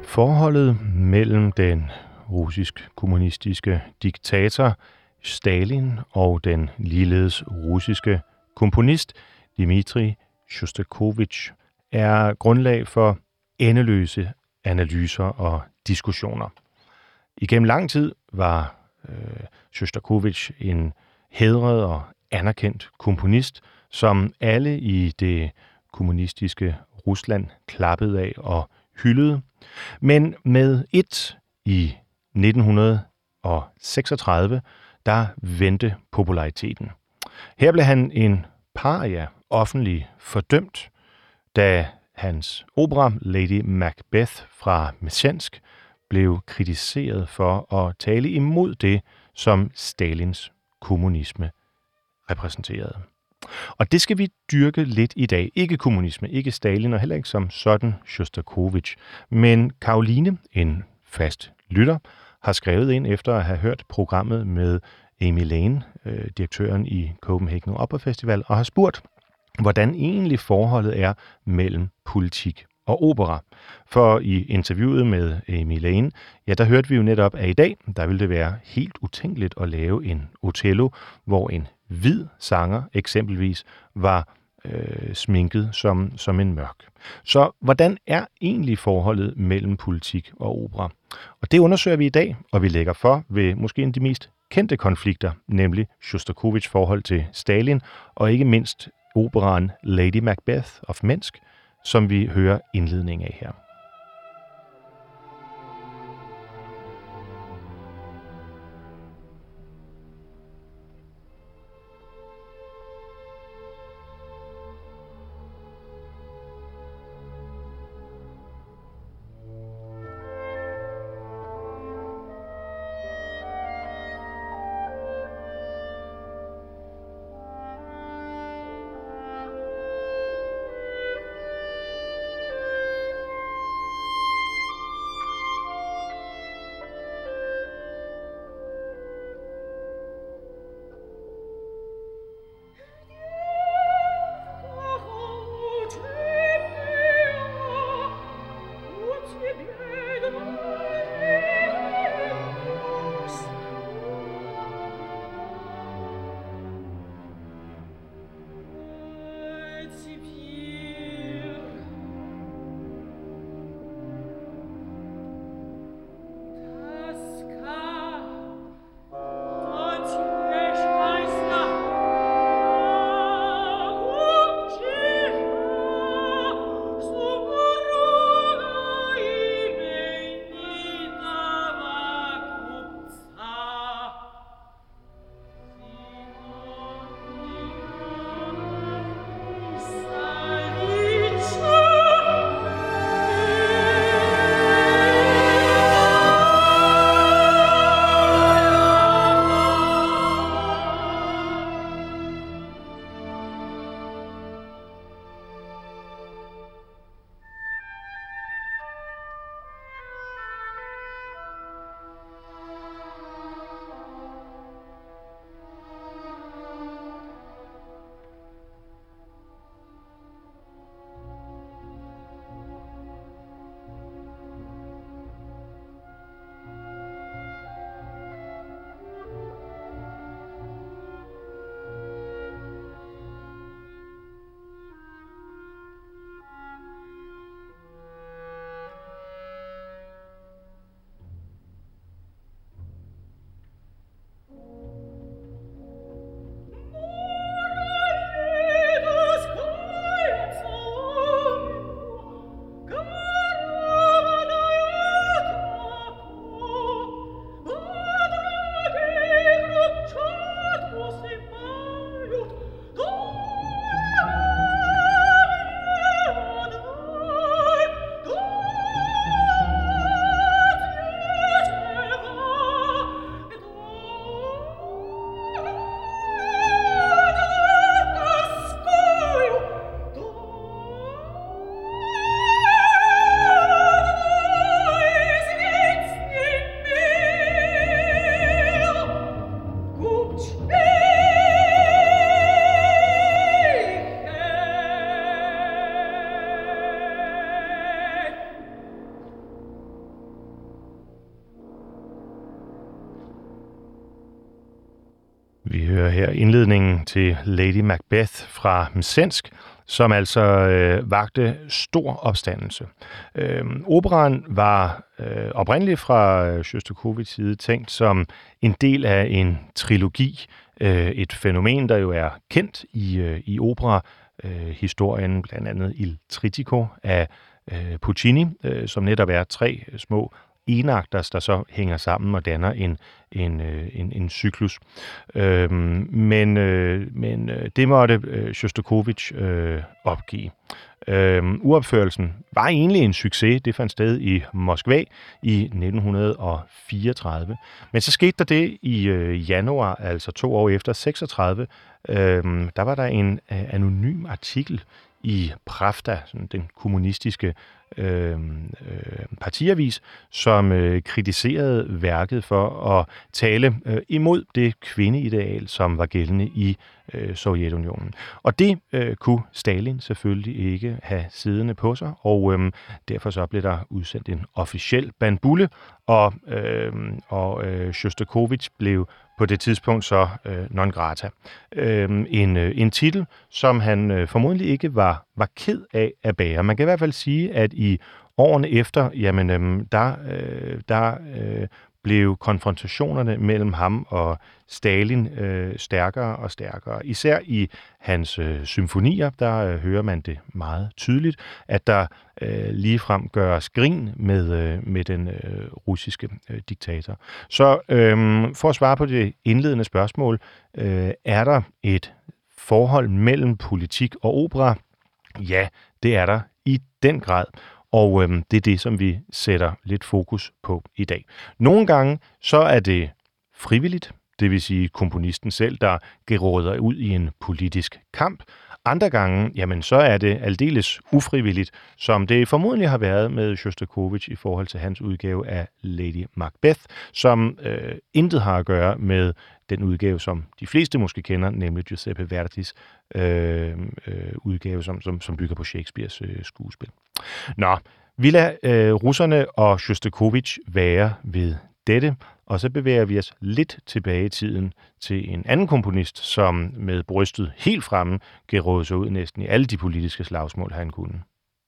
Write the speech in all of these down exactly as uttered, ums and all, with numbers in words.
Forholdet mellem den russisk-kommunistiske diktator Stalin og den ligeledes russiske komponist Dmitrij Sjostakovitj er grundlag for endeløse analyser og diskussioner. Igennem lang tid var øh, Sjostakovitj en hædret og anerkendt komponist, som alle i det kommunistiske Rusland klappede af og hyldede. Men med et i nitten seksogtredive, der vendte populariteten. Her blev han en paria offentlig fordømt, da hans opera Lady Macbeth fra Mtsensk blev kritiseret for at tale imod det, som Stalins kommunisme repræsenterede. Og det skal vi dyrke lidt i dag. Ikke kommunisme, ikke Stalin, og heller ikke som sådan Sjostakovitj. Men Karoline, en fast lytter, har skrevet ind efter at have hørt programmet med Amy Lane, øh, direktøren i Copenhagen Opera Festival, og har spurgt, hvordan egentlig forholdet er mellem politik og opera. For i interviewet med Amy Lane, ja, der hørte vi jo netop, at i dag, der ville det være helt utænkeligt at lave en Otello, hvor en hvid sanger eksempelvis var øh, sminket som, som en mørk. Så hvordan er egentlig forholdet mellem politik og opera? Og det undersøger vi i dag, og vi lægger for ved måske en af de mest kendte konflikter, nemlig Sjostakovitjs forhold til Stalin, og ikke mindst operaen Lady Macbeth of Minsk, som vi hører indledning af her. hører her indledningen til Lady Macbeth fra Msensk, som altså øh, vagte stor opstandelse. Øh, operaen var øh, oprindeligt fra Sjostakovitjs side tænkt som en del af en trilogi, øh, et fænomen, der jo er kendt i, øh, i opera-historien, øh, blandt andet Il Trittico af øh, Puccini, øh, som netop er tre små enakter, der så hænger sammen og danner en, en, en, en cyklus. Øhm, men øh, men det måtte øh, Sjostakovitj øh, opgive. Øhm, uopførelsen var egentlig en succes. Det fandt sted i Moskva i nitten fireogtredive. Men så skete der det i øh, januar, altså to år efter, seksogtredive. Øhm, der var der en øh, anonym artikel i Pravda, sådan den kommunistiske øh, øh, partiavis, som øh, kritiserede værket for at tale øh, imod det kvindeideal, som var gældende i øh, Sovjetunionen. Og det øh, kunne Stalin selvfølgelig ikke have siddende på sig, og øh, derfor så blev der udsendt en officiel bandbulle, og, øh, og øh, Sjostakovitj blev på det tidspunkt så øh, non grata. Øh, en, øh, en titel, som han øh, formodentlig ikke var, var ked af at bære. Man kan i hvert fald sige, at i årene efter, jamen, øh, der, øh, der øh, blev konfrontationerne mellem ham og Stalin øh, stærkere og stærkere. Især i hans øh, symfonier, der øh, hører man det meget tydeligt, at der øh, ligefrem gøres grin med, øh, med den øh, russiske øh, diktator. Så øh, for at svare på det indledende spørgsmål, øh, er der et forhold mellem politik og opera? Ja, det er der i den grad. Og øhm, det er det, som vi sætter lidt fokus på i dag. Nogle gange så er det frivilligt, det vil sige komponisten selv, der geråder ud i en politisk kamp. Andre gange, jamen så er det aldeles ufrivilligt, som det formodentlig har været med Sjostakovitj i forhold til hans udgave af Lady Macbeth, som øh, intet har at gøre med den udgave, som de fleste måske kender, nemlig Giuseppe Verdis øh, øh, udgave, som, som, som bygger på Shakespeares øh, skuespil. Nå, vi lader øh, russerne og Sjostakovitj være ved dette, og så bevæger vi os lidt tilbage i tiden til en anden komponist, som med brystet helt fremme gerådede sig ud næsten i alle de politiske slagsmål, han kunne.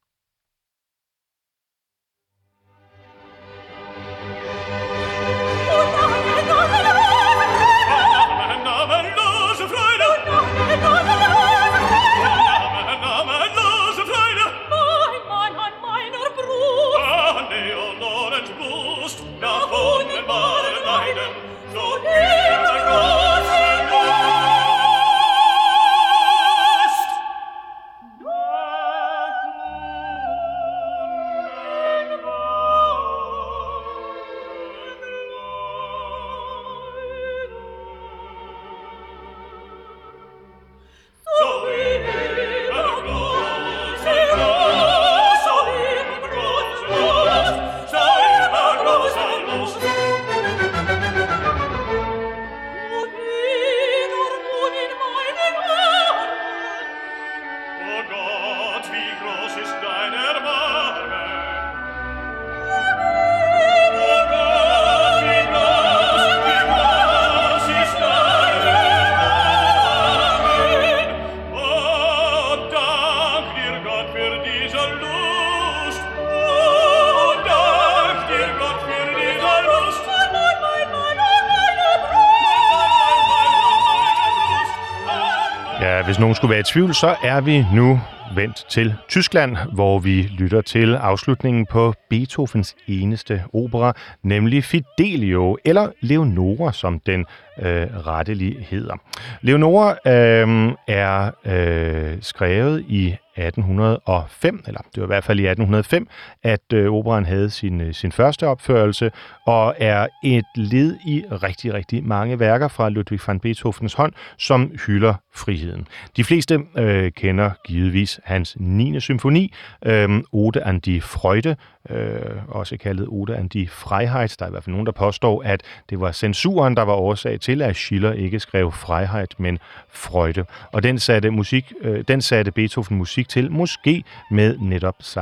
Hvis nogen skulle være i tvivl, så er vi nu vendt til Tyskland, hvor vi lytter til afslutningen på Beethovens eneste opera, nemlig Fidelio, eller Leonora, som den øh, rettelig hedder. Leonora øh, er øh, skrevet i atten hundrede og fem, eller det var i hvert fald i atten hundrede og fem, at øh, operaen havde sin, sin første opførelse, og er et led i rigtig, rigtig mange værker fra Ludwig van Beethovens hånd, som hylder friheden. De fleste øh, kender givetvis hans niende symfoni, øh, Ode an die Freude, øh, også kaldet Ode an die Freiheit. Der er i hvert fald nogen, der påstår, at det var censuren, der var årsag til, at Schiller ikke skrev Freiheit, men Freude. Og den satte, musik, øh, den satte Beethoven musik til, måske med netop samme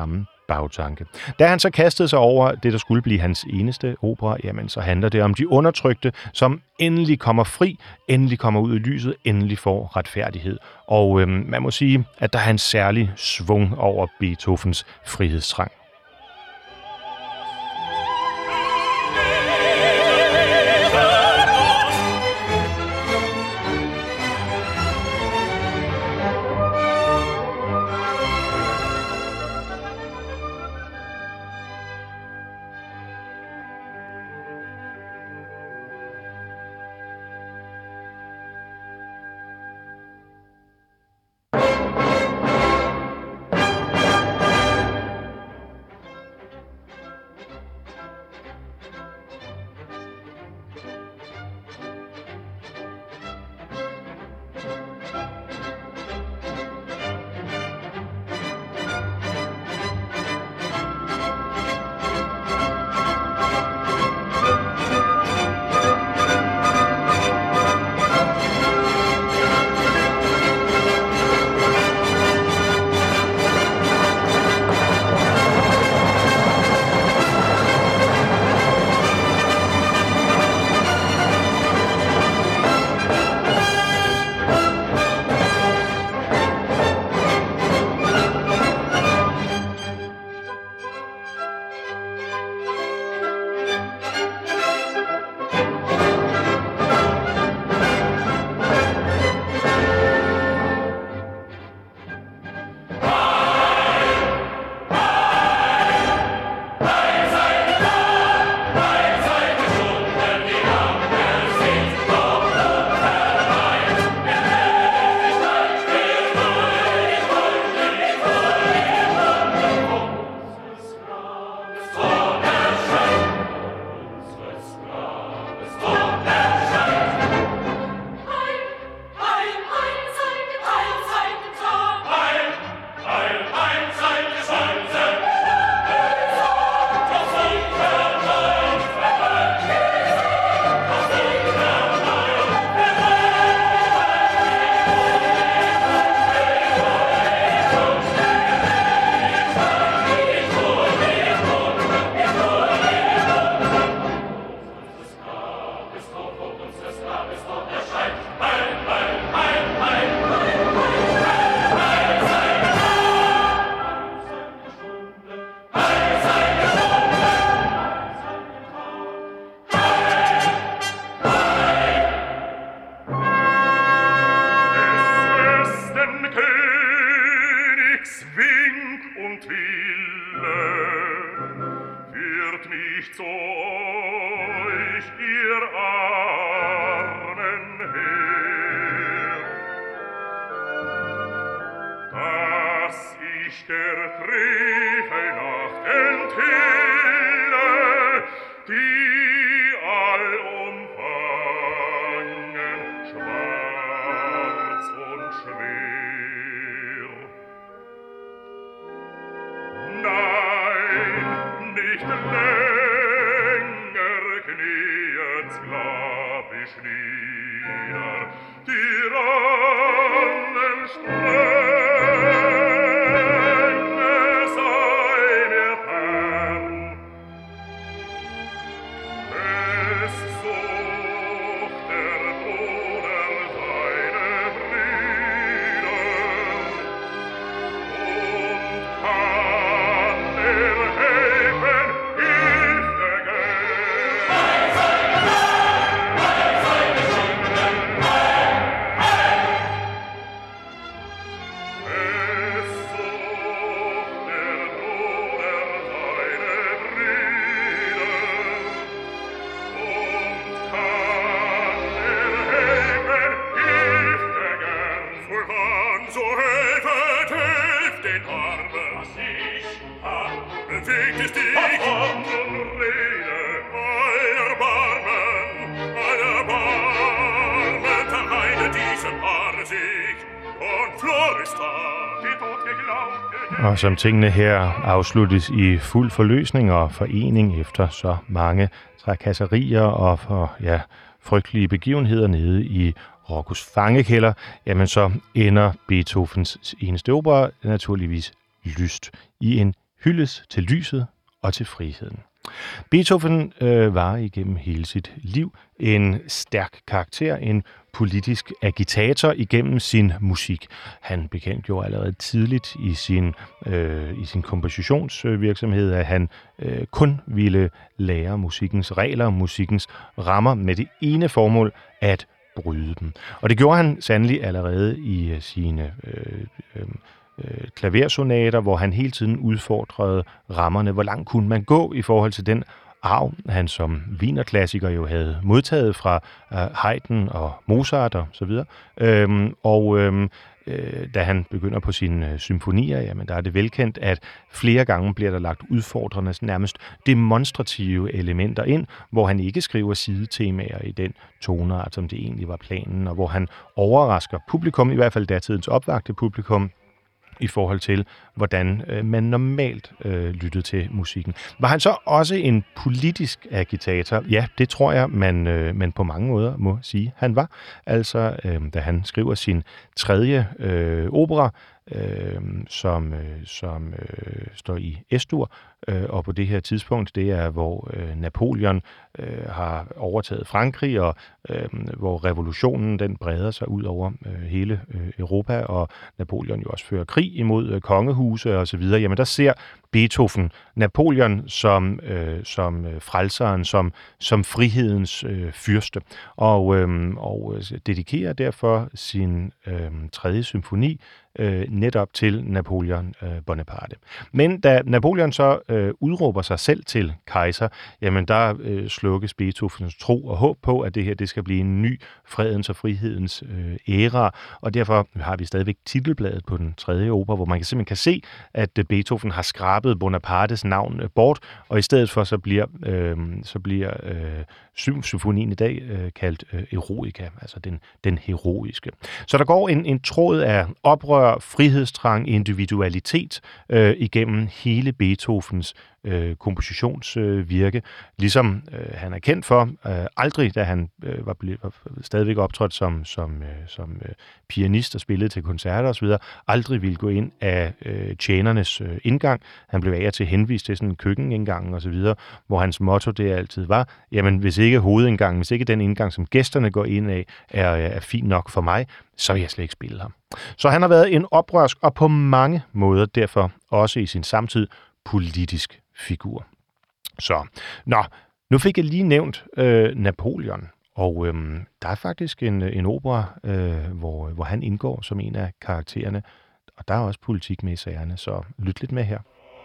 bagtanke. Da han så kastede sig over det, der skulle blive hans eneste opera, jamen så handler det om de undertrykte, som endelig kommer fri, endelig kommer ud i lyset, endelig får retfærdighed. Og øhm, man må sige, at der er en særlig svung over Beethovens frihedstrang. Og som tingene her afsluttes i fuld forløsning og forening efter så mange trakasserier og for, ja, frygtelige begivenheder nede i Roccos fangekælder, jamen så ender Beethovens eneste opera naturligvis lyst i en hyldes til lyset og til friheden. Beethoven øh, var igennem hele sit liv en stærk karakter, en politisk agitator igennem sin musik. Han bekendtgjorde allerede tidligt i sin, øh, i sin kompositionsvirksomhed, at han øh, kun ville lære musikkens regler, musikkens rammer med det ene formål at bryde dem. Og det gjorde han sandelig allerede i uh, sine øh, øh, klaversonater, hvor han hele tiden udfordrede rammerne. Hvor langt kunne man gå i forhold til den arv, han som wienerklassiker jo havde modtaget fra uh, Haydn og Mozart og så videre. Øhm, og øhm, øh, da han begynder på sine symfonier, jamen der er det velkendt, at flere gange bliver der lagt udfordrende, nærmest demonstrative elementer ind, hvor han ikke skriver sidetemaer i den toneart, som det egentlig var planen, og hvor han overrasker publikum, i hvert fald datidens opvagte publikum, i forhold til, hvordan øh, man normalt øh, lyttede til musikken. Var han så også en politisk agitator? Ja, det tror jeg, man, øh, man på mange måder må sige, han var. Altså, øh, da han skriver sin tredje øh, opera, øh, som, øh, som øh, står i Es-dur, øh, og på det her tidspunkt, det er, hvor øh, Napoleon øh, har overtaget Frankrig, og øh, hvor revolutionen den breder sig ud over øh, hele øh, Europa, og Napoleon jo også fører krig imod øh, kongehuse og så videre. Jamen der ser Beethoven Napoleon som, øh, som øh, frelseren, som, som frihedens øh, fyrste, og, øh, og dedikerer derfor sin øh, tredje symfoni øh, netop til Napoleon øh, Bonaparte. Men da Napoleon så øh, udråber sig selv til kejser, jamen der øh, slukkes Beethovens tro og håb på, at det her det skal blive en ny fredens og frihedens øh, æra, og derfor har vi stadigvæk titelbladet på den tredje opera, hvor man kan simpelthen kan se, at øh, Beethoven har skrabet Bonapartes navn øh, bort, og i stedet for så bliver, øh, så bliver øh, symfonien i dag øh, kaldt øh, Eroica, altså den, den heroiske. Så der går en, en tråd af oprør, frihedstrang, individualitet øh, igennem hele Beethovens øh, kompositionsvirke, øh, ligesom øh, han er kendt for, øh, aldrig, da han øh, var, blevet, var stadigvæk optrådt som, som, øh, som øh, pianist og spillede til koncerter osv., aldrig ville gå ind af øh, tjenernes øh, indgang. Han blev af og til henvist til sådan en køkkenindgang og så videre, hvor hans motto det altid var, jamen hvis ikke hovedindgangen, hvis ikke den indgang, som gæsterne går ind af, er, er fin nok for mig, så vil jeg slet ikke spille ham. Så han har været en oprørsk og på mange måder derfor også i sin samtid politisk figur. Så, nå, nu fik jeg lige nævnt øh, Napoleon, og øh, der er faktisk en, en opera, øh, hvor, hvor han indgår som en af karaktererne, og der er også politik med i sagerne, så lyt lidt med her.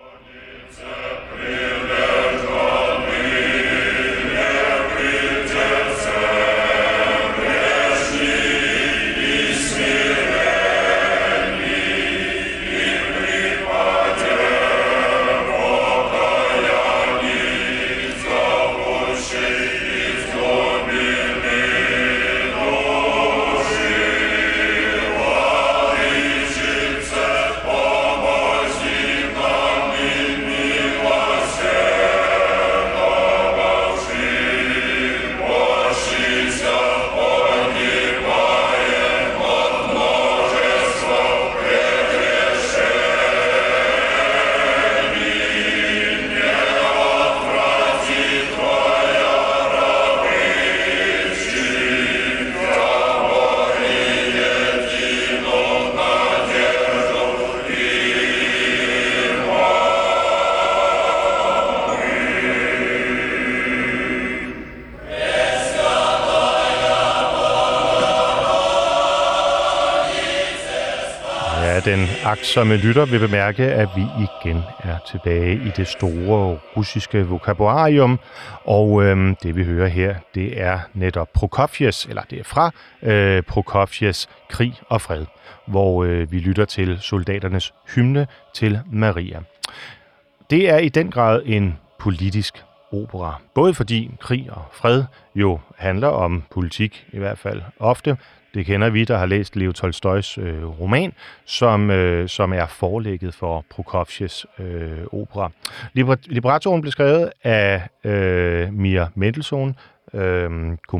Den agtsomme lytter vil bemærke, at vi igen er tilbage i det store russiske vokabularium, og øhm, det vi hører her, det er netop Prokofjevs, eller det er fra øh, Prokofjevs Krig og Fred, hvor øh, vi lytter til soldaternes hymne til Maria. Det er i den grad en politisk opera, både fordi krig og fred jo handler om politik, i hvert fald ofte. Det kender vi, der har læst Leo Tolstojs øh, roman, som, øh, som er forlægget for Prokofjevs øh, opera. Librettoen blev skrevet af øh, Mia Mendelssohn, øh,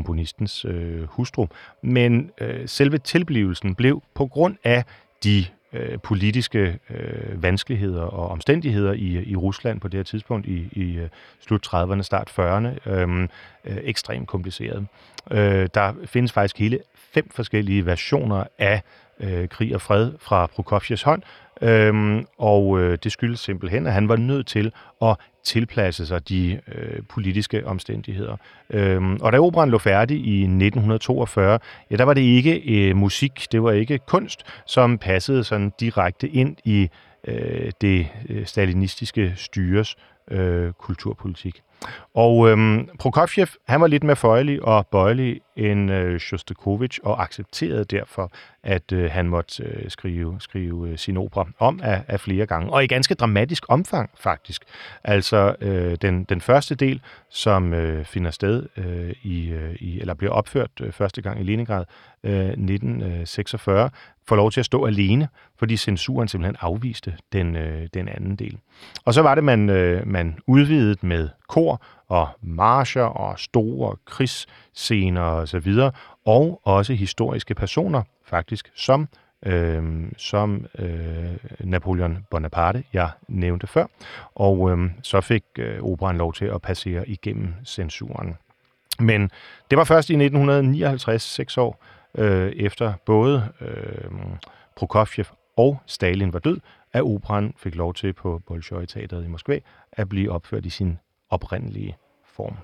komponistens øh, hustru, men øh, selve tilblivelsen blev på grund af de øh, politiske øh, vanskeligheder og omstændigheder i, i Rusland på det her tidspunkt i, i øh, slut trediverne, start fyrrerne, øh, øh, ekstremt kompliceret. Øh, der findes faktisk hele fem forskellige versioner af øh, krig og fred fra Prokofjevs hånd, Øhm, og øh, det skyldes simpelthen, at han var nødt til at tilpasse sig de øh, politiske omstændigheder. Øhm, og da operaen lå færdig i nitten toogfyrre, ja, der var det ikke øh, musik, det var ikke kunst, som passede sådan direkte ind i øh, det øh, stalinistiske styres øh, kulturpolitik. Og øhm, Prokofjev, han var lidt mere føjelig og bøjelig end øh, Sjostakovitj, og accepterede derfor, at øh, han måtte øh, skrive, skrive øh, sin opera om af, af flere gange, og i ganske dramatisk omfang faktisk. Altså øh, den, den første del, som øh, finder sted øh, i, øh, i, eller bliver opført øh, første gang i Leningrad øh, nitten seksogfyrre, får lov til at stå alene, fordi censuren simpelthen afviste den, øh, den anden del. Og så var det, man, øh, man udvidede med kor og marcher og store krigsscener og så videre, og også historiske personer, faktisk, som, øh, som øh, Napoleon Bonaparte, jeg nævnte før, og øh, så fik øh, operaen lov til at passere igennem censuren. Men det var først i nitten nioghalvtreds, seks år øh, efter både øh, Prokofjev og Stalin var død, at operaen fik lov til på Bolshoi-teatret i Moskva at blive opført i sin oprindelige form.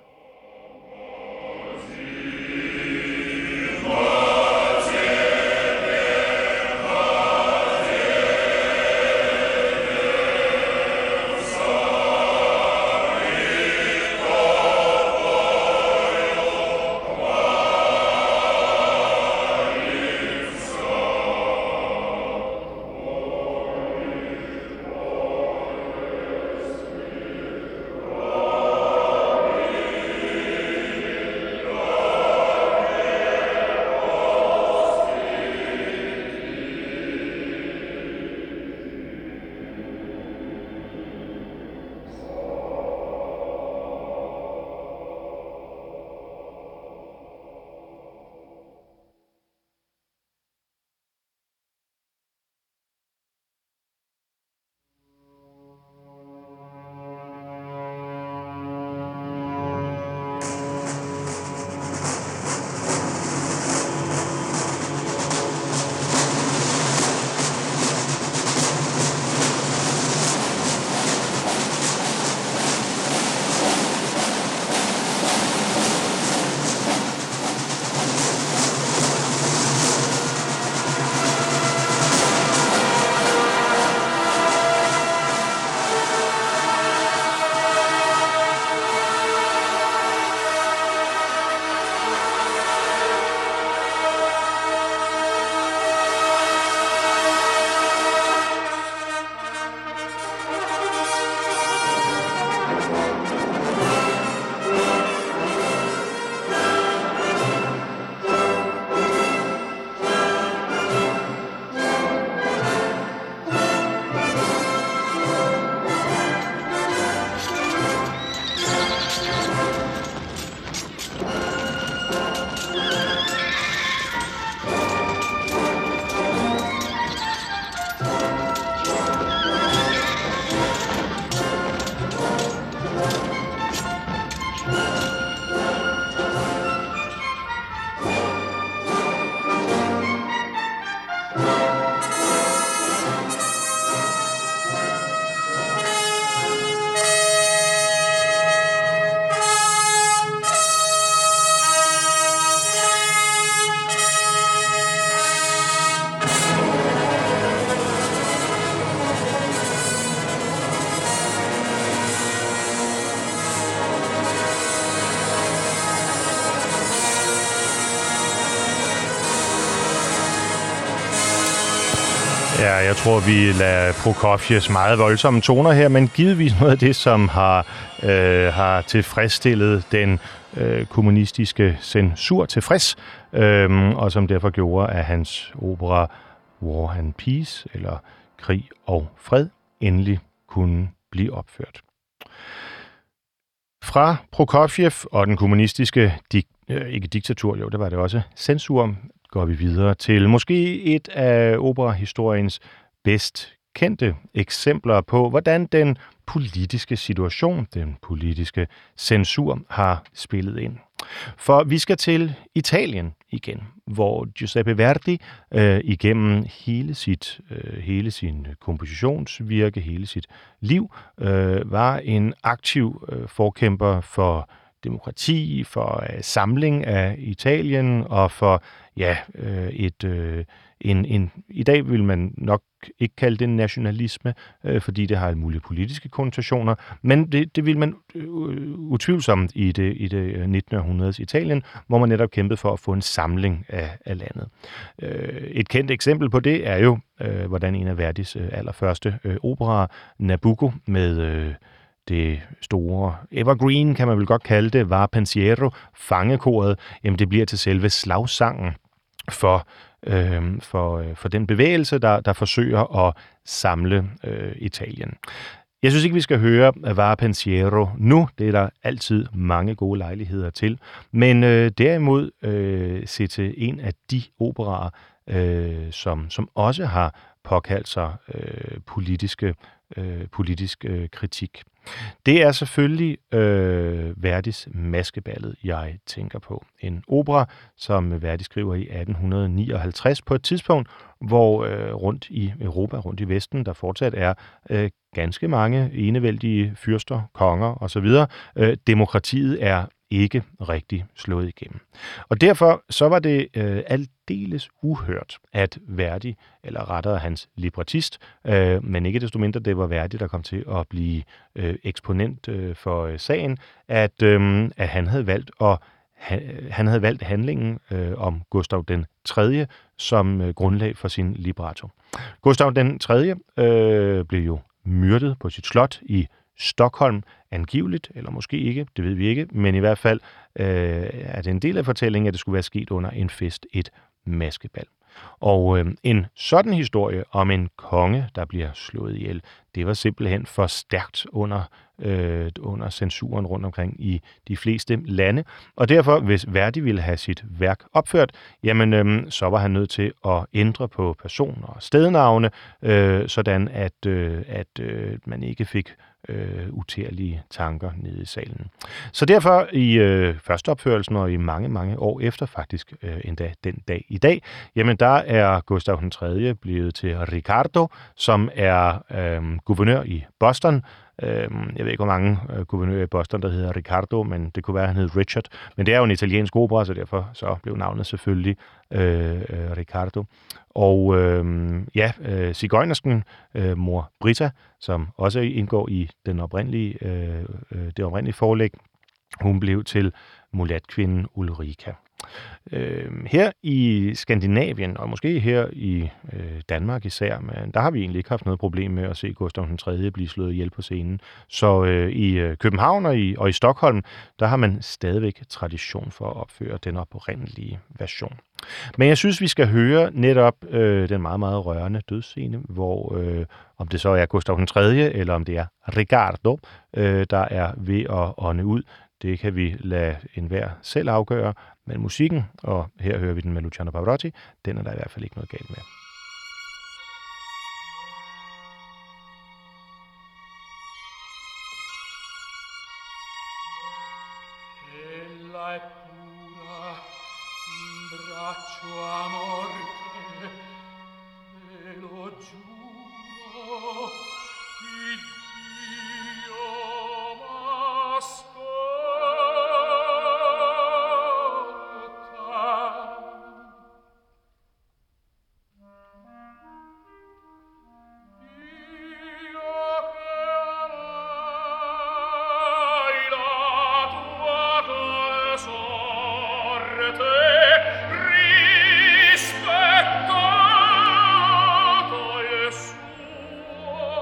Ja, jeg tror, vi lader Prokofjevs meget voldsomme toner her, men givetvis noget af det, som har, øh, har tilfredsstillet den øh, kommunistiske censur tilfreds, øh, og som derfor gjorde, at hans opera War and Peace, eller Krig og Fred, endelig kunne blive opført. Fra Prokofjev og den kommunistiske, dik- øh, ikke diktatur, jo, det var det også, censur, går vi videre til måske et af operahistoriens bedst kendte eksempler på, hvordan den politiske situation, den politiske censur har spillet ind. For vi skal til Italien igen, hvor Giuseppe Verdi øh, igennem hele sit øh, hele sin kompositionsvirke, hele sit liv, øh, var en aktiv øh, forkæmper for demokrati, for øh, samling af Italien og for ja øh, et øh, en, en i dag vil man nok ikke kalde det nationalisme, øh, fordi det har alle mulige politiske konnotationer, men det, det vil man øh, utvivlsomt i det, i det nittende århundredes Italien, hvor man netop kæmpede for at få en samling af, af landet. Øh, et kendt eksempel på det er jo, øh, hvordan en af Verdis øh, allerførste øh, operaer, Nabucco, med øh, det store evergreen, kan man vel godt kalde det, var Pensiero, fangekoret, jamen det bliver til selve slagsangen for øh, for, øh, for den bevægelse, der, der forsøger at samle øh, Italien. Jeg synes ikke, vi skal høre Va Pensiero nu. Det er der altid mange gode lejligheder til. Men øh, derimod øh, se til en af de operaer, øh, som, som også har påkaldt sig øh, politiske, øh, politisk øh, kritik. Det er selvfølgelig øh, Verdis Maskeballet, jeg tænker på. En opera, som Verdi skriver i atten nioghalvtreds på et tidspunkt, hvor øh, rundt i Europa, rundt i Vesten, der fortsat er øh, ganske mange enevældige fyrster, konger osv. Øh, demokratiet er ikke rigtig slået igennem. Og derfor så var det øh, aldeles uhørt, at Verdi, eller rettere hans librettist, øh, men ikke desto mindre, det var Verdi, der kom til at blive øh, eksponent øh, for øh, sagen, at, øh, at han havde valgt at han havde valgt handlingen øh, om Gustav den tredje som øh, grundlag for sin libretto. Gustav den tredje øh, blev jo myrdet på sit slot i Stockholm, angiveligt, eller måske ikke, det ved vi ikke, men i hvert fald øh, er det en del af fortællingen, at det skulle være sket under en fest, et maskebal. Og øh, en sådan historie om en konge, der bliver slået ihjel, det var simpelthen for stærkt under, øh, under censuren rundt omkring i de fleste lande. Og derfor, hvis Verdi ville have sit værk opført, jamen øh, så var han nødt til at ændre på personer og stednavne, øh, sådan at, øh, at øh, man ikke fik øh, utærlige tanker nede i salen. Så derfor i øh, førsteopførelsen og i mange, mange år efter, faktisk øh, endda den dag i dag, jamen der er Gustav den tredje blevet til Riccardo, som er øh, guvernør i Boston. Jeg ved ikke, hvor mange guvernører i Boston, der hedder Riccardo, men det kunne være, at han hed Richard. Men det er jo en italiensk opera, så derfor så blev navnet selvfølgelig øh, Riccardo. Og øh, ja, øh, sigøjnersken, øh, mor Britta, som også indgår i den oprindelige, øh, det oprindelige forlæg, hun blev til mulatkvinden Ulrika. Øh, her i Skandinavien, og måske her i øh, Danmark især, men der har vi egentlig ikke haft noget problem med at se Gustav den tredje blive slået ihjel på scenen. Så øh, i øh, København og i, og i Stockholm, der har man stadigvæk tradition for at opføre den oprindelige version. Men jeg synes, vi skal høre netop øh, den meget, meget rørende dødsscene, hvor øh, om det så er Gustav den tredje, eller om det er Riccardo, øh, der er ved at ånde ud. Det kan vi lade enhver selv afgøre, men musikken, og her hører vi den med Luciano Pavarotti, den er der i hvert fald ikke noget galt med. Rispettato Gesù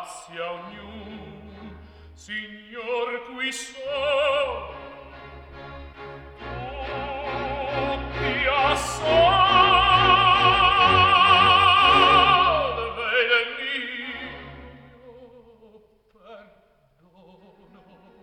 grazie a ognun, signor qui so, tutti a salve il mio perdono.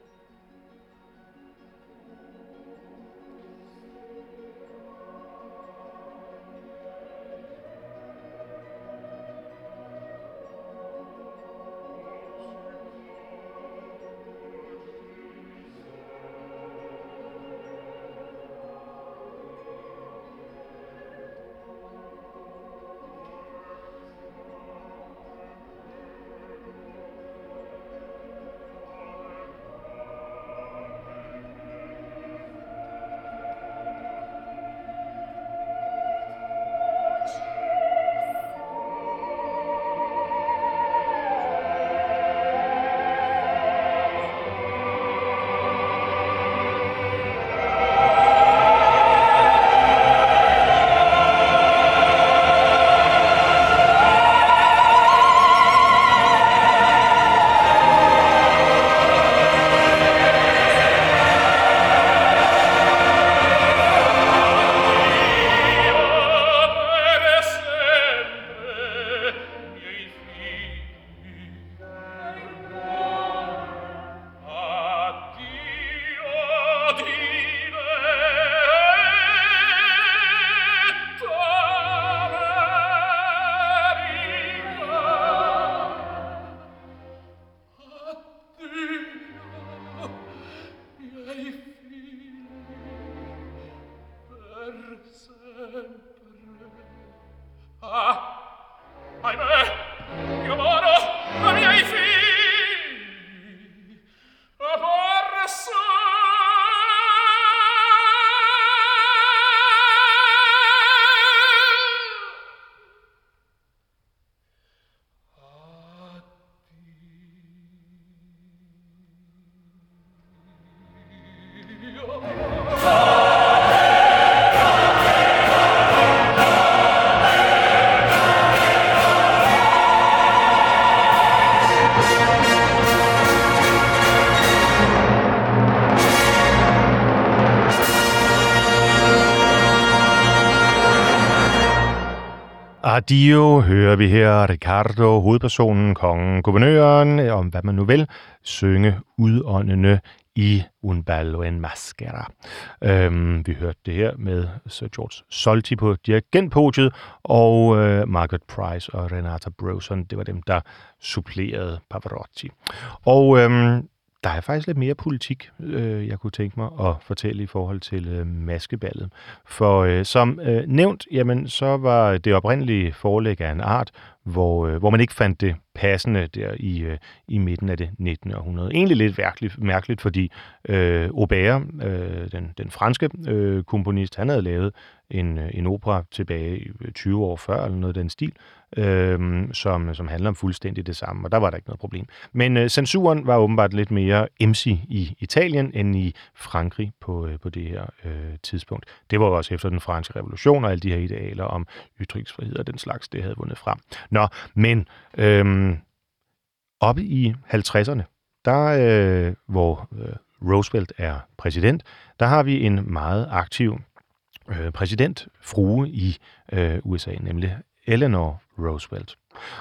Addio hører vi her Riccardo, hovedpersonen, kongen, guvernøren, om hvad man nu vil, synge udåndende i Un ballo in maschera. Øhm, vi hørte det her med Sir George Solti på dirigentpodiet, og øh, Margaret Price og Renata Broson, det var dem, der supplerede Pavarotti. Og øhm, der er faktisk lidt mere politik, øh, jeg kunne tænke mig at fortælle i forhold til øh, maskeballet. For øh, som øh, nævnt, jamen, så var det oprindelige forelæg af en art, hvor, øh, hvor man ikke fandt det passende der i, øh, i midten af det nittende århundrede. Egentlig lidt mærkeligt, mærkeligt fordi øh, Aubert, øh, den, den franske øh, komponist, han havde lavet en, en opera tilbage tyve år før, eller noget af den stil, øh, som, som handler om fuldstændig det samme, og der var der ikke noget problem. Men øh, censuren var åbenbart lidt mere emsig i Italien end i Frankrig på, øh, på det her øh, tidspunkt. Det var også efter den franske revolution, og alle de her idealer om ytringsfrihed og den slags, det havde vundet frem. Nå, men øh, oppe i halvtredserne, der øh, hvor øh, Roosevelt er præsident, der har vi en meget aktiv øh, præsidentfrue i øh, U S A, nemlig Eleanor Roosevelt.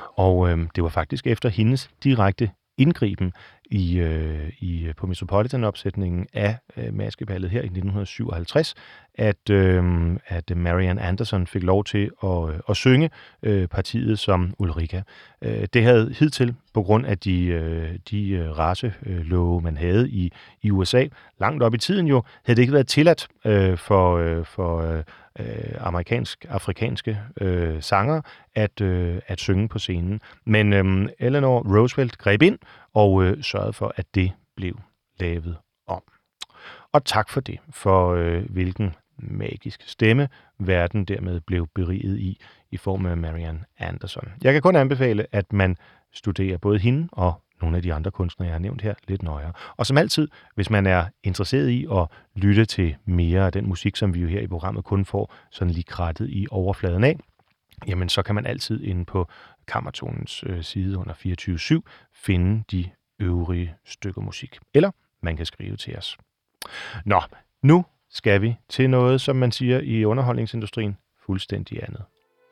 Og øh, det var faktisk efter hendes direkte indgriben i, øh, i, på Metropolitan-opsætningen af øh, maskeballet her i nitten syvoghalvtreds, at, øh, at Marian Anderson fik lov til at, at synge øh, partiet som Ulrika. Øh, det havde hidtil, på grund af de, øh, de racelove, man havde i, i U S A, langt op i tiden jo, havde det ikke været tilladt øh, for, øh, for øh, amerikansk-afrikanske øh, sanger at, øh, at synge på scenen. Men øh, Eleanor Roosevelt greb ind og øh, sørgede for, at det blev lavet om. Og tak for det, for øh, hvilken magisk stemme verden dermed blev beriget i, i form af Marian Anderson. Jeg kan kun anbefale, at man studerer både hende og nogle af de andre kunstnere, jeg har nævnt her, lidt nøjere. Og som altid, hvis man er interesseret i at lytte til mere af den musik, som vi jo her i programmet kun får sådan lige krattet i overfladen af, jamen så kan man altid inde på Kammertonens øh, side under fireogtyve syv finde de øvrige stykker musik. Eller man kan skrive til os. Nå, nu skal vi til noget, som man siger i underholdningsindustrien, fuldstændig andet.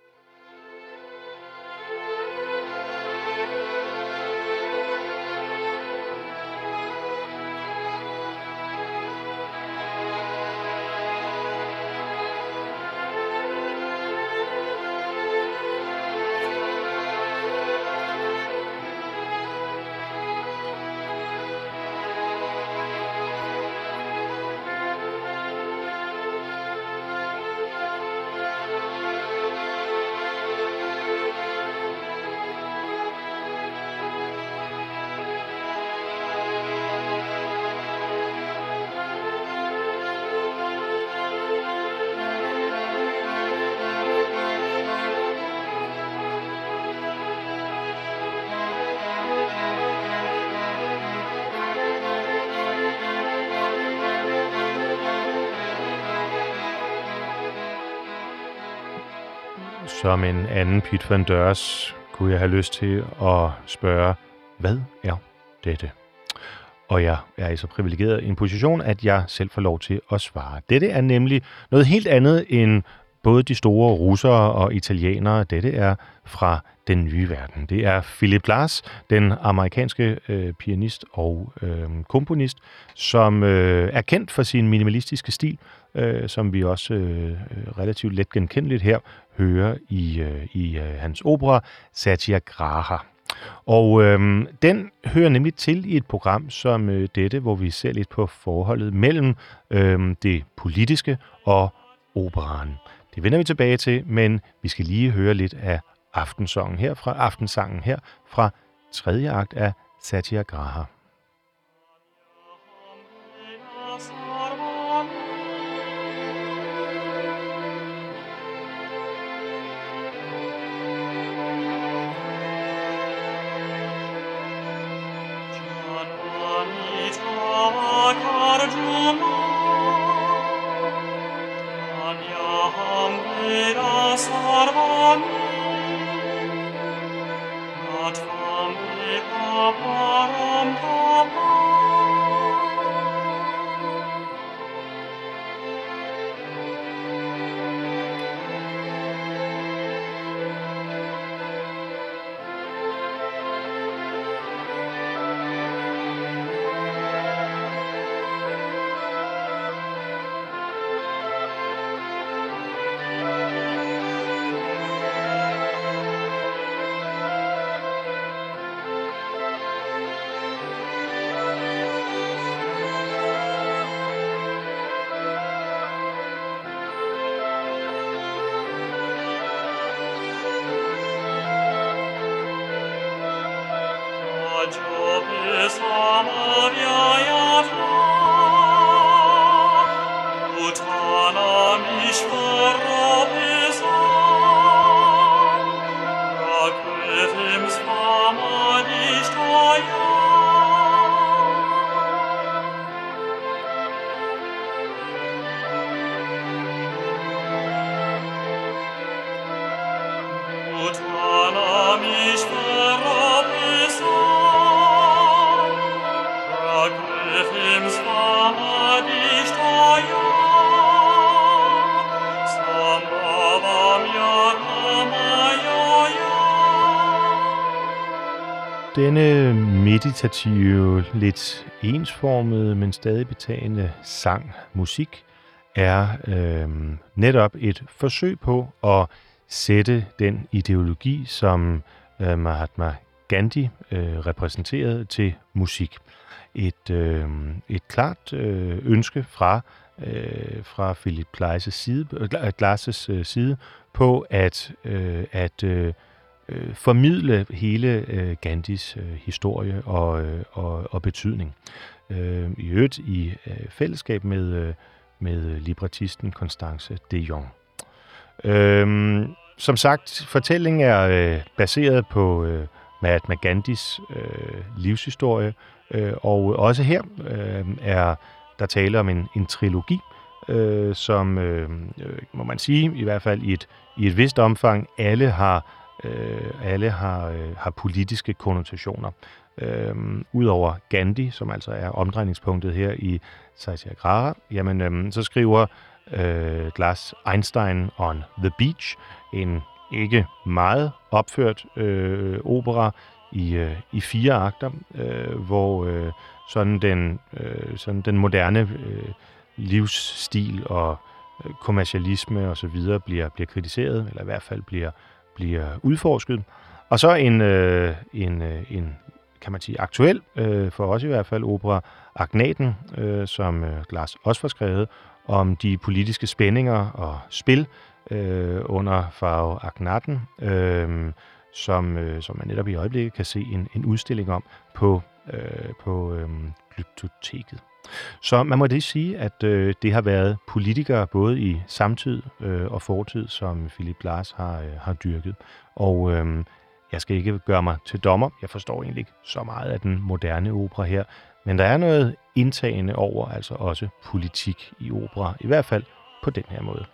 Som en anden Piet van Deurs kunne jeg have lyst til at spørge, hvad er dette? Og jeg er i så privilegeret en position, at jeg selv får lov til at svare. Dette er nemlig noget helt andet end både de store russere og italienere. Dette er fra den nye verden. Det er Philip Glass, den amerikanske øh, pianist og øh, komponist, som øh, er kendt for sin minimalistiske stil, øh, som vi også øh, relativt let genkendeligt her hører i, øh, i øh, hans opera Satyagraha. Og øh, den hører nemlig til i et program som øh, dette, hvor vi ser lidt på forholdet mellem øh, det politiske og operaen. Det vender vi tilbage til, men vi skal lige høre lidt af aftensangen her fra aftensangen her fra tredje akt af Satyagraha. Denne meditative, lidt ensformede, men stadig betagende sang, musik, er øh, netop et forsøg på at sætte den ideologi, som øh, Mahatma Gandhi øh, repræsenterede til musik. Et, øh, et klart øh, ønske fra, øh, fra Philip Glass' side, Glass' øh, side på at, øh, at øh, øh, formidle hele øh, Gandhis øh, historie og, øh, og, og betydning. Øh, I øvrigt i øh, fællesskab med, øh, med librettisten Constance de Jong. Øh, som sagt, fortællingen er øh, baseret på øh, Mahatma Gandhis øh, livshistorie, øh, og også her øh, er der tale om en, en trilogi, øh, som, øh, må man sige, i hvert fald i et, i et vist omfang, alle har øh, alle har, øh, har politiske konnotationer. Øh, Udover Gandhi, som altså er omdrejningspunktet her i Satyagraha, jamen øh, så skriver øh, Glass Einstein on the Beach, en ikke meget opført øh, opera i, øh, i fire akter, øh, hvor øh, sådan, den, øh, sådan den moderne øh, livsstil og øh, kommercialisme og så videre bliver, bliver kritiseret, eller i hvert fald bliver, bliver udforsket. Og så en, øh, en, øh, en kan man sige, aktuel, øh, for os i hvert fald, opera Agnaten, øh, som øh, Glass også får skrevet, om de politiske spændinger og spil øh, under farve Agnaten, øh, som, øh, som man netop i øjeblikket kan se en, en udstilling om på, øh, på øh, Glyptoteket. Så man må lige sige, at øh, det har været politikere både i samtid øh, og fortid, som Philip Glass har, øh, har dyrket. Og øh, jeg skal ikke gøre mig til dommer. Jeg forstår egentlig ikke så meget af den moderne opera her. Men der er noget indtagende over, altså også politik i opera. I hvert fald på den her måde.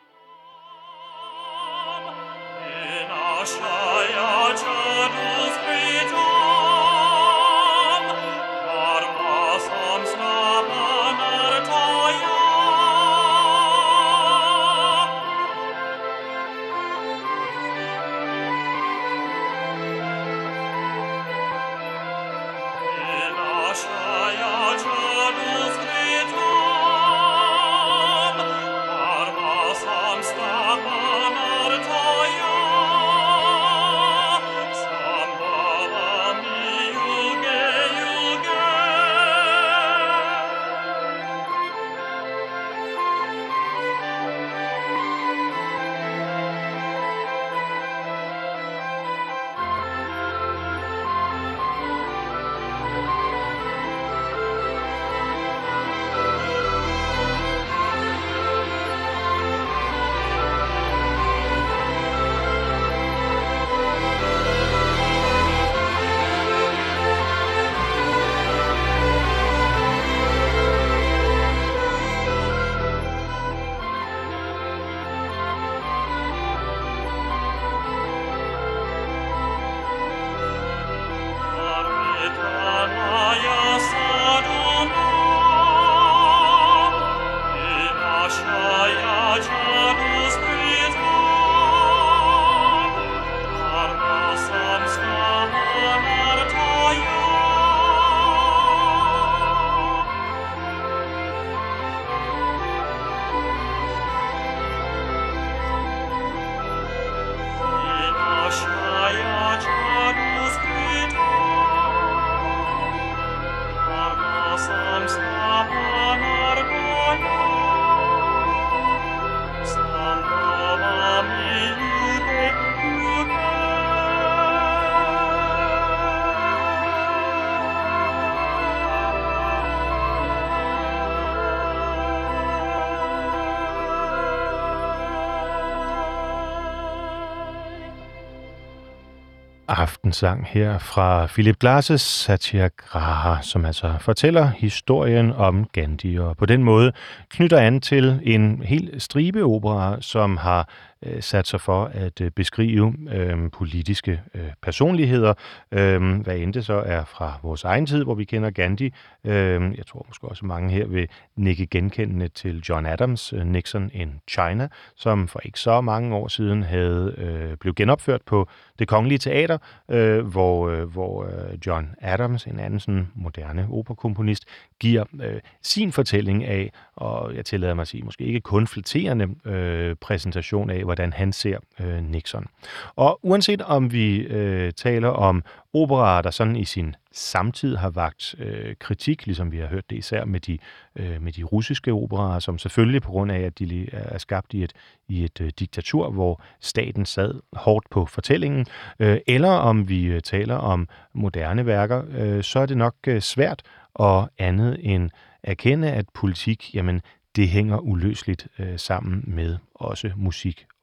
Aftensang her fra Philip Glass' Satyagraha, som altså fortæller historien om Gandhi, og på den måde knytter an til en hel stribe opera, som har øh, sat sig for at øh, beskrive øh, politiske øh, personligheder, øh, hvad end det så er fra vores egen tid, hvor vi kender Gandhi. Øh, jeg tror måske også mange her vil nikke genkendende til John Adams' øh, Nixon in China, som for ikke så mange år siden havde øh, blev genopført på Det Kongelige Teater, øh, hvor, øh, hvor øh, John Adams, en anden sådan moderne operakomponist, giver øh, sin fortælling af, og jeg tillader mig at sige, måske ikke kun flatterende øh, præsentation af, hvordan han ser øh, Nixon. Og uanset om vi øh, taler om operaer, der sådan i sin samtid har vagt øh, kritik, ligesom vi har hørt det især med de, øh, med de russiske operaer, som selvfølgelig på grund af, at de er skabt i et, i et øh, diktatur, hvor staten sad hårdt på fortællingen, øh, eller om vi øh, taler om moderne værker, øh, så er det nok øh, svært og andet end erkende, at politik, jamen, det hænger uløseligt øh, sammen med også musik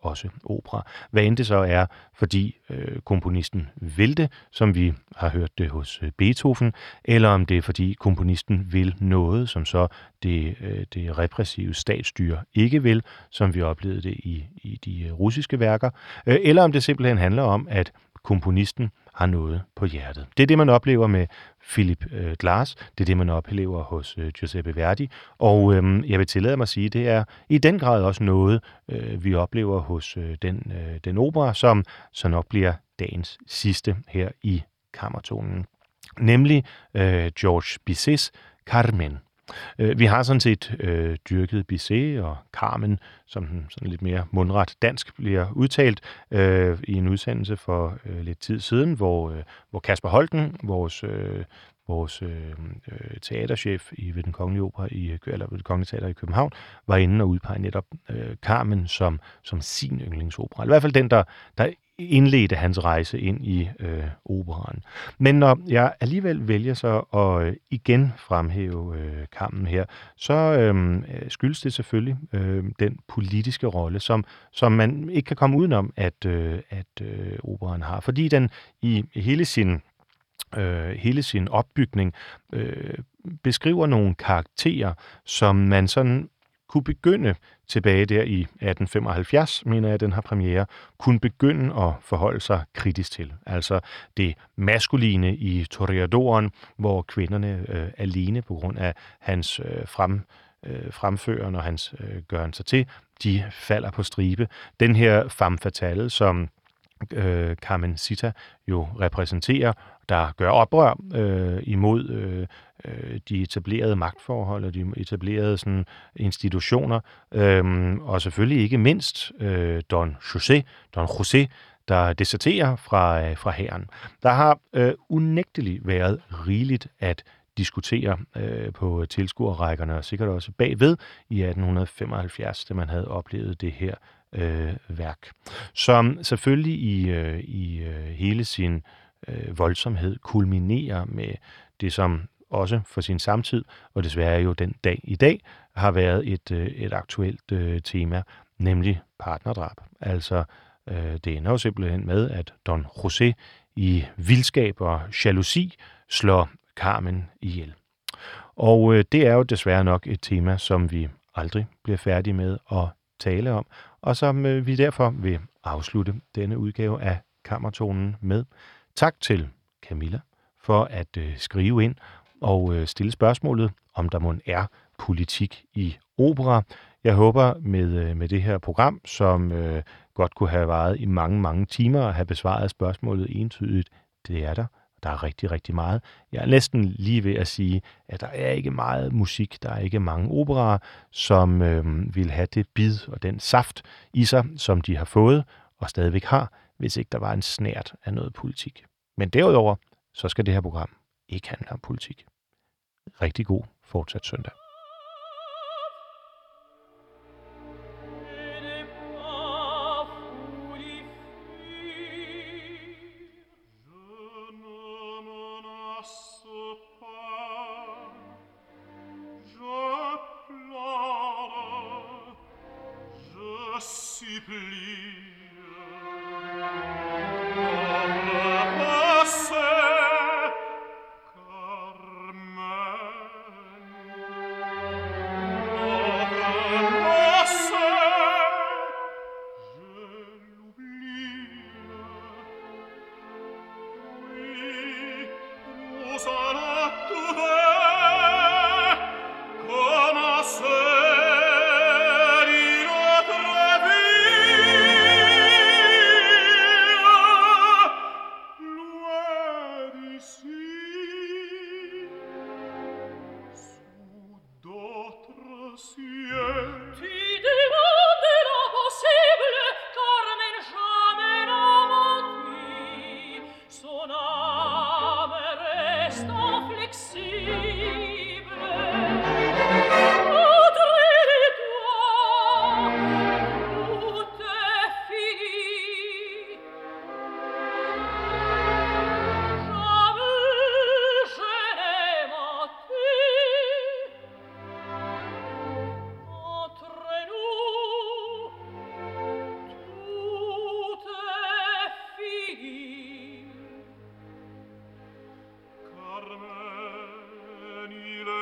også opera. Hvad end det så er, fordi øh, komponisten vil det, som vi har hørt det hos øh, Beethoven, eller om det er, fordi komponisten vil noget, som så det, øh, det repressive statsstyre ikke vil, som vi oplevede det i, i de øh, russiske værker, øh, eller om det simpelthen handler om, at komponisten har noget på hjertet. Det er det, man oplever med Philip øh, Glass, det er det, man oplever hos øh, Giuseppe Verdi, og øh, jeg vil tillade mig at sige, det er i den grad også noget, øh, vi oplever hos øh, den, øh, den opera, som så nok bliver dagens sidste her i Kammertonen, nemlig øh, Georges Bizets Carmen. Vi har sådan set øh, dyrket Bizet og Carmen, som den sådan lidt mere mundret dansk bliver udtalt, øh, i en udsendelse for øh, lidt tid siden, hvor, øh, hvor Kasper Holten, vores, øh, vores øh, teaterchef i, ved den Kongelige Opera i, eller ved det Kongelige Teater i København, var inde og udpege netop øh, Carmen som, som sin yndlingsopera. I hvert fald den, der, der indledte hans rejse ind i øh, operaen. Men når jeg alligevel vælger så at øh, igen fremhæve øh, Carmen her, så øh, skyldes det selvfølgelig øh, den politiske rolle, som, som man ikke kan komme udenom, at, øh, at øh, operaen har. Fordi den i hele sin øh, hele sin opbygning øh, beskriver nogle karakterer, som man sådan kunne begynde tilbage der i atten femoghalvfjerds, mener jeg, den har premiere, kunne begynde at forholde sig kritisk til. Altså det maskuline i Toreadoren, hvor kvinderne øh, alene på grund af hans øh, frem, øh, fremføren og hans øh, gøren sig til, de falder på stribe. Den her femme fatale, som øh, Carmencita jo repræsenterer, der gør oprør øh, imod øh, de etablerede magtforhold og de etablerede sådan, institutioner, øhm, og selvfølgelig ikke mindst øh, Don José, Don José, der deserterer fra, fra hæren. Der har øh, unægteligt været rigeligt at diskutere øh, på tilskuerrækkerne, og sikkert også bagved i atten femoghalvfjerds, da man havde oplevet det her øh, værk, som selvfølgelig i, øh, i øh, hele sin øh, voldsomhed kulminerer med det, som også for sin samtid, og desværre jo den dag i dag, har været et, et aktuelt øh, tema, nemlig partnerdrab. Altså, øh, det ender jo simpelthen med, at Don José i vildskab og jalousi slår Carmen ihjel. Og øh, det er jo desværre nok et tema, som vi aldrig bliver færdige med at tale om, og som øh, vi derfor vil afslutte denne udgave af Kammertonen med. Tak til Camilla for at øh, skrive ind og stille spørgsmålet, om der mon er politik i opera. Jeg håber med, med det her program, som øh, godt kunne have varet i mange, mange timer, at have besvaret spørgsmålet entydigt. Det er der. Der er rigtig, rigtig meget. Jeg er næsten lige ved at sige, at der er ikke meget musik, der er ikke mange operaer, som øh, vil have det bid og den saft i sig, som de har fået og stadigvæk har, hvis ikke der var en snert af noget politik. Men derudover, så skal det her program ikke handle om politik. Rigtig god fortsat søndag.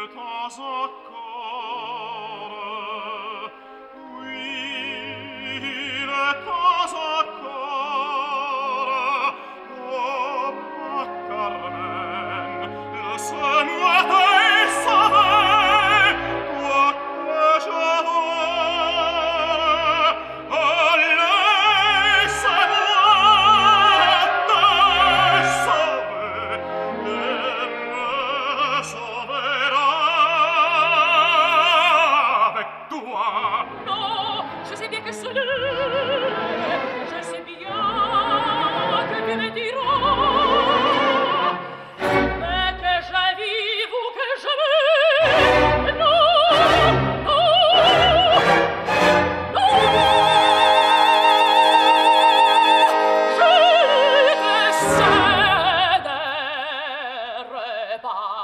Pas